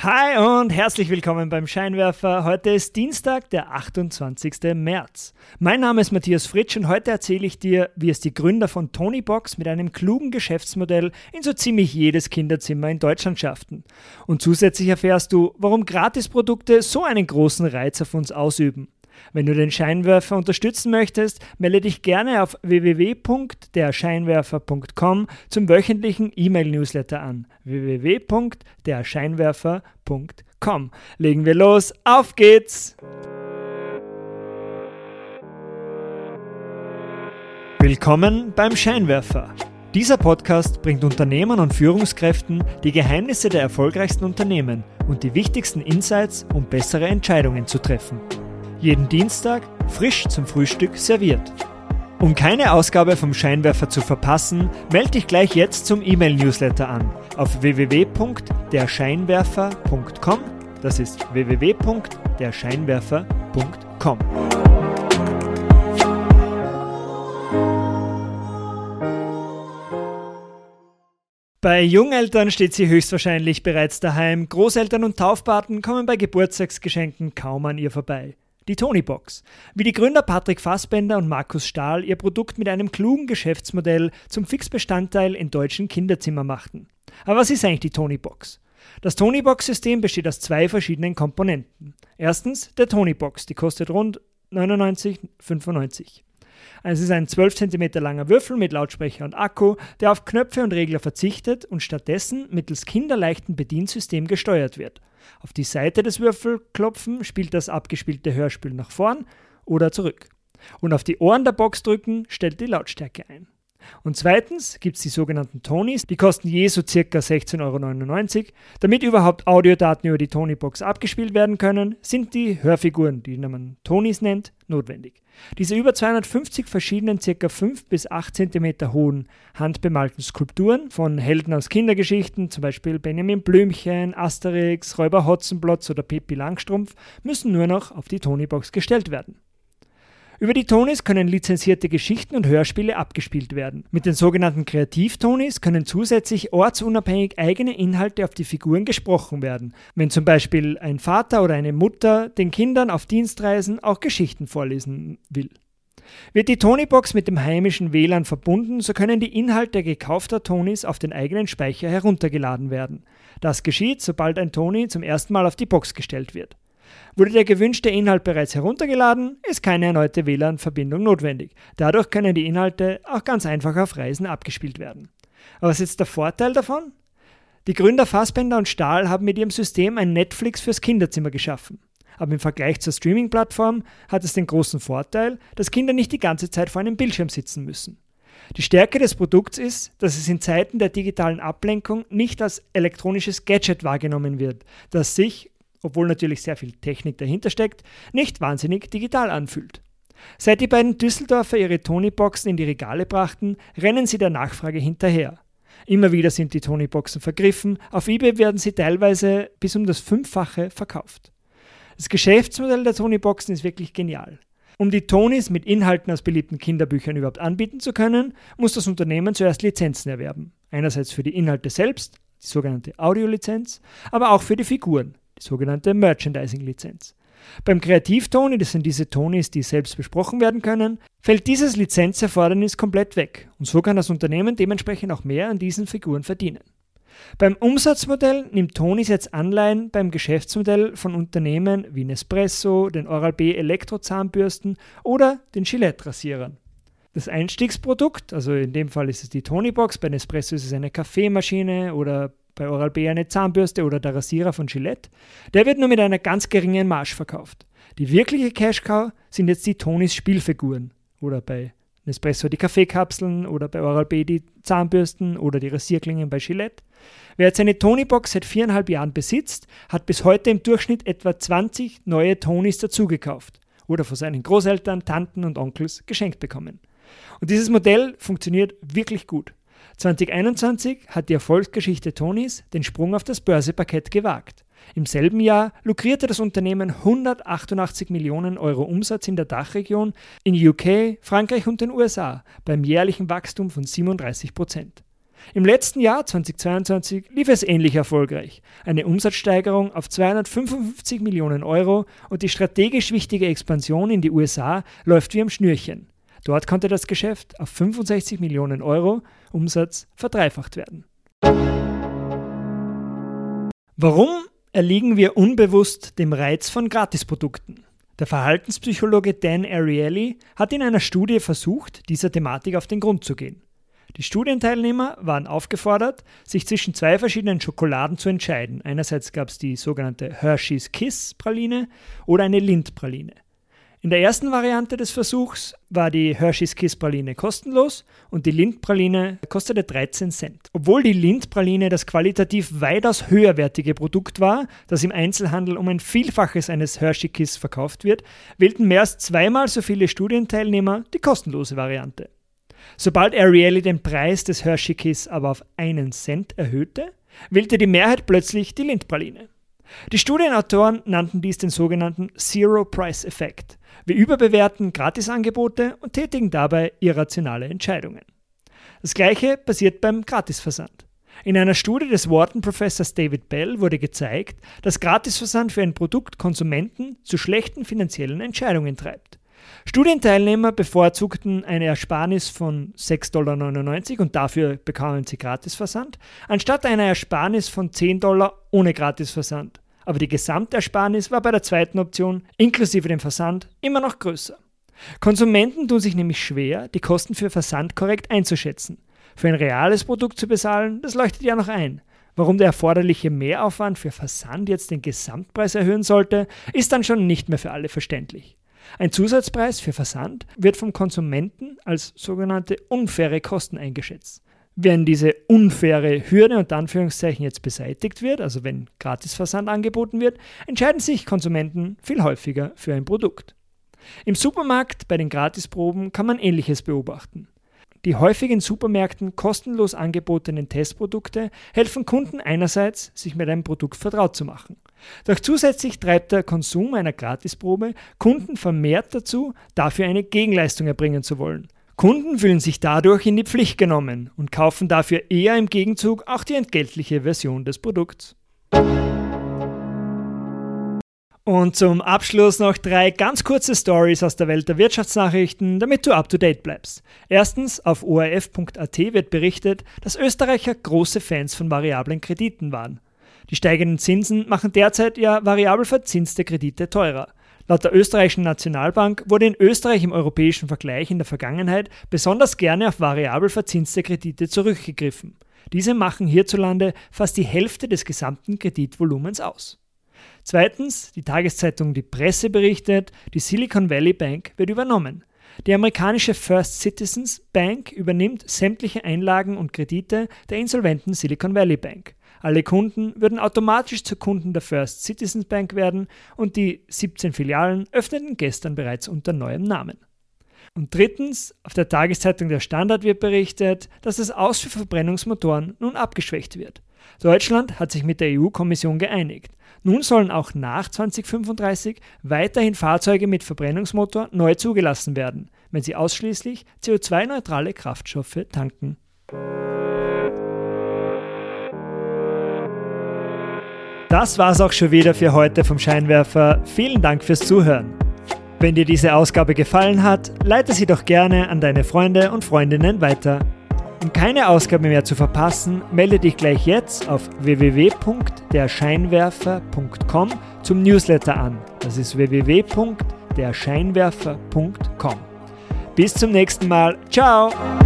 Hi und herzlich willkommen beim Scheinwerfer. Heute ist Dienstag, der 28. März. Mein Name ist Matthias Fritsch und heute erzähle ich dir, wie es die Gründer von Tonybox mit einem klugen Geschäftsmodell in so ziemlich jedes Kinderzimmer in Deutschland schafften. Und zusätzlich erfährst du, warum Gratisprodukte so einen großen Reiz auf uns ausüben. Wenn du den Scheinwerfer unterstützen möchtest, melde dich gerne auf www.derscheinwerfer.com zum wöchentlichen E-Mail-Newsletter an. www.derscheinwerfer.com. Legen wir los, auf geht's! Willkommen beim Scheinwerfer. Dieser Podcast bringt Unternehmern und Führungskräften die Geheimnisse der erfolgreichsten Unternehmen und die wichtigsten Insights, um bessere Entscheidungen zu treffen. Jeden Dienstag frisch zum Frühstück serviert. Um keine Ausgabe vom Scheinwerfer zu verpassen, melde dich gleich jetzt zum E-Mail-Newsletter an auf www.derscheinwerfer.com. Das ist www.derscheinwerfer.com. Bei Jungeltern steht sie höchstwahrscheinlich bereits daheim. Großeltern und Taufpaten kommen bei Geburtstagsgeschenken kaum an ihr vorbei. Die Tonybox. Wie die Gründer Patrick Fassbender und Markus Stahl ihr Produkt mit einem klugen Geschäftsmodell zum Fixbestandteil in deutschen Kinderzimmern machten. Aber was ist eigentlich die Tonybox? Das Tonybox-System besteht aus zwei verschiedenen Komponenten. Erstens der Tonybox, die kostet rund 99,95 €. Es ist ein 12 cm langer Würfel mit Lautsprecher und Akku, der auf Knöpfe und Regler verzichtet und stattdessen mittels kinderleichten Bediensystem gesteuert wird. Auf die Seite des Würfelklopfen spielt das abgespielte Hörspiel nach vorn oder zurück. Und auf die Ohren der Box drücken stellt die Lautstärke ein. Und zweitens gibt es die sogenannten Tonys, die kosten je so ca. 16,99 €. Damit überhaupt Audiodaten über die Tonybox abgespielt werden können, sind die Hörfiguren, die man Tonys nennt, notwendig. Diese über 250 verschiedenen ca. 5 bis 8 cm hohen handbemalten Skulpturen von Helden aus Kindergeschichten, zum Beispiel Benjamin Blümchen, Asterix, Räuber Hotzenplotz oder Pippi Langstrumpf, müssen nur noch auf die Tonybox gestellt werden. Über die Tonys können lizenzierte Geschichten und Hörspiele abgespielt werden. Mit den sogenannten Kreativ-Tonys können zusätzlich ortsunabhängig eigene Inhalte auf die Figuren gesprochen werden, wenn zum Beispiel ein Vater oder eine Mutter den Kindern auf Dienstreisen auch Geschichten vorlesen will. Wird die Tonybox mit dem heimischen WLAN verbunden, so können die Inhalte gekaufter Tonys auf den eigenen Speicher heruntergeladen werden. Das geschieht, sobald ein Tony zum ersten Mal auf die Box gestellt wird. Wurde der gewünschte Inhalt bereits heruntergeladen, ist keine erneute WLAN-Verbindung notwendig. Dadurch können die Inhalte auch ganz einfach auf Reisen abgespielt werden. Aber was ist jetzt der Vorteil davon? Die Gründer Fassbender und Stahl haben mit ihrem System ein Netflix fürs Kinderzimmer geschaffen. Aber im Vergleich zur Streaming-Plattform hat es den großen Vorteil, dass Kinder nicht die ganze Zeit vor einem Bildschirm sitzen müssen. Die Stärke des Produkts ist, dass es in Zeiten der digitalen Ablenkung nicht als elektronisches Gadget wahrgenommen wird, das sich, obwohl natürlich sehr viel Technik dahinter steckt, nicht wahnsinnig digital anfühlt. Seit die beiden Düsseldorfer ihre Tonyboxen in die Regale brachten, rennen sie der Nachfrage hinterher. Immer wieder sind die Tonyboxen vergriffen, auf eBay werden sie teilweise bis um das 5-fache verkauft. Das Geschäftsmodell der Tonyboxen ist wirklich genial. Um die Tonys mit Inhalten aus beliebten Kinderbüchern überhaupt anbieten zu können, muss das Unternehmen zuerst Lizenzen erwerben. Einerseits für die Inhalte selbst, die sogenannte Audiolizenz, aber auch für die Figuren, die sogenannte Merchandising-Lizenz. Beim Kreativ-Tony, das sind diese Tonys, die selbst besprochen werden können, fällt dieses Lizenzerfordernis komplett weg und so kann das Unternehmen dementsprechend auch mehr an diesen Figuren verdienen. Beim Umsatzmodell nimmt Tonys jetzt Anleihen beim Geschäftsmodell von Unternehmen wie Nespresso, den Oral-B Elektrozahnbürsten oder den Gillette-Rasierern. Das Einstiegsprodukt, also in dem Fall ist es die Tonybox, bei Nespresso ist es eine Kaffeemaschine oder bei Oral-B eine Zahnbürste oder der Rasierer von Gillette, der wird nur mit einer ganz geringen Marge verkauft. Die wirkliche Cash-Cow sind jetzt die Tonys Spielfiguren oder bei Nespresso die Kaffeekapseln oder bei Oral-B die Zahnbürsten oder die Rasierklingen bei Gillette. Wer jetzt eine Tonybox seit 4,5 Jahren besitzt, hat bis heute im Durchschnitt etwa 20 neue Tonys dazugekauft oder von seinen Großeltern, Tanten und Onkels geschenkt bekommen. Und dieses Modell funktioniert wirklich gut. 2021 hat die Erfolgsgeschichte Tonys den Sprung auf das Börseparkett gewagt. Im selben Jahr lukrierte das Unternehmen 188 Millionen Euro Umsatz in der Dachregion, in UK, Frankreich und den USA beim jährlichen Wachstum von 37%. Im letzten Jahr, 2022, lief es ähnlich erfolgreich. Eine Umsatzsteigerung auf 255 Millionen Euro und die strategisch wichtige Expansion in die USA läuft wie am Schnürchen. Dort konnte das Geschäft auf 65 Millionen Euro Umsatz verdreifacht werden. Warum erliegen wir unbewusst dem Reiz von Gratisprodukten? Der Verhaltenspsychologe Dan Ariely hat in einer Studie versucht, dieser Thematik auf den Grund zu gehen. Die Studienteilnehmer waren aufgefordert, sich zwischen zwei verschiedenen Schokoladen zu entscheiden. Einerseits gab es die sogenannte Hershey's Kiss Praline oder eine Lindt-Praline. In der ersten Variante des Versuchs war die Hershey's Kiss Praline kostenlos und die Lindt-Praline kostete 13 Cent. Obwohl die Lindt-Praline das qualitativ weitaus höherwertige Produkt war, das im Einzelhandel um ein Vielfaches eines Hershey Kiss verkauft wird, wählten mehr als zweimal so viele Studienteilnehmer die kostenlose Variante. Sobald Ariely den Preis des Hershey Kiss aber auf 1 Cent erhöhte, wählte die Mehrheit plötzlich die Lindt-Praline. Die Studienautoren nannten dies den sogenannten Zero-Price-Effekt. Wir überbewerten Gratisangebote und tätigen dabei irrationale Entscheidungen. Das Gleiche passiert beim Gratisversand. In einer Studie des Wharton-Professors David Bell wurde gezeigt, dass Gratisversand für ein Produkt Konsumenten zu schlechten finanziellen Entscheidungen treibt. Studienteilnehmer bevorzugten eine Ersparnis von $6,99 und dafür bekamen sie Gratisversand, anstatt einer Ersparnis von $10 ohne Gratisversand. Aber die Gesamtersparnis war bei der zweiten Option, inklusive dem Versand, immer noch größer. Konsumenten tun sich nämlich schwer, die Kosten für Versand korrekt einzuschätzen. Für ein reales Produkt zu bezahlen, das leuchtet ja noch ein. Warum der erforderliche Mehraufwand für Versand jetzt den Gesamtpreis erhöhen sollte, ist dann schon nicht mehr für alle verständlich. Ein Zusatzpreis für Versand wird vom Konsumenten als sogenannte unfaire Kosten eingeschätzt. Wenn diese unfaire Hürde unter Anführungszeichen jetzt beseitigt wird, also wenn Gratisversand angeboten wird, entscheiden sich Konsumenten viel häufiger für ein Produkt. Im Supermarkt bei den Gratisproben kann man Ähnliches beobachten. Die häufig in Supermärkten kostenlos angebotenen Testprodukte helfen Kunden einerseits, sich mit einem Produkt vertraut zu machen. Doch zusätzlich treibt der Konsum einer Gratisprobe Kunden vermehrt dazu, dafür eine Gegenleistung erbringen zu wollen. Kunden fühlen sich dadurch in die Pflicht genommen und kaufen dafür eher im Gegenzug auch die entgeltliche Version des Produkts. Und zum Abschluss noch 3 ganz kurze Stories aus der Welt der Wirtschaftsnachrichten, damit du up-to-date bleibst. Erstens, auf ORF.at wird berichtet, dass Österreicher große Fans von variablen Krediten waren. Die steigenden Zinsen machen derzeit ja variabel verzinste Kredite teurer. Laut der österreichischen Nationalbank wurde in Österreich im europäischen Vergleich in der Vergangenheit besonders gerne auf variabel verzinste Kredite zurückgegriffen. Diese machen hierzulande fast die Hälfte des gesamten Kreditvolumens aus. Zweitens, die Tageszeitung Die Presse berichtet, die Silicon Valley Bank wird übernommen. Die amerikanische First Citizens Bank übernimmt sämtliche Einlagen und Kredite der insolventen Silicon Valley Bank. Alle Kunden würden automatisch zu Kunden der First Citizens Bank werden und die 17 Filialen öffneten gestern bereits unter neuem Namen. Und drittens, auf der Tageszeitung Der Standard wird berichtet, dass das Aus für Verbrennungsmotoren nun abgeschwächt wird. Deutschland hat sich mit der EU-Kommission geeinigt. Nun sollen auch nach 2035 weiterhin Fahrzeuge mit Verbrennungsmotor neu zugelassen werden, wenn sie ausschließlich CO2-neutrale Kraftstoffe tanken. Das war's auch schon wieder für heute vom Scheinwerfer. Vielen Dank fürs Zuhören. Wenn dir diese Ausgabe gefallen hat, leite sie doch gerne an deine Freunde und Freundinnen weiter. Um keine Ausgabe mehr zu verpassen, melde dich gleich jetzt auf www.derscheinwerfer.com zum Newsletter an. Das ist www.derscheinwerfer.com. Bis zum nächsten Mal. Ciao!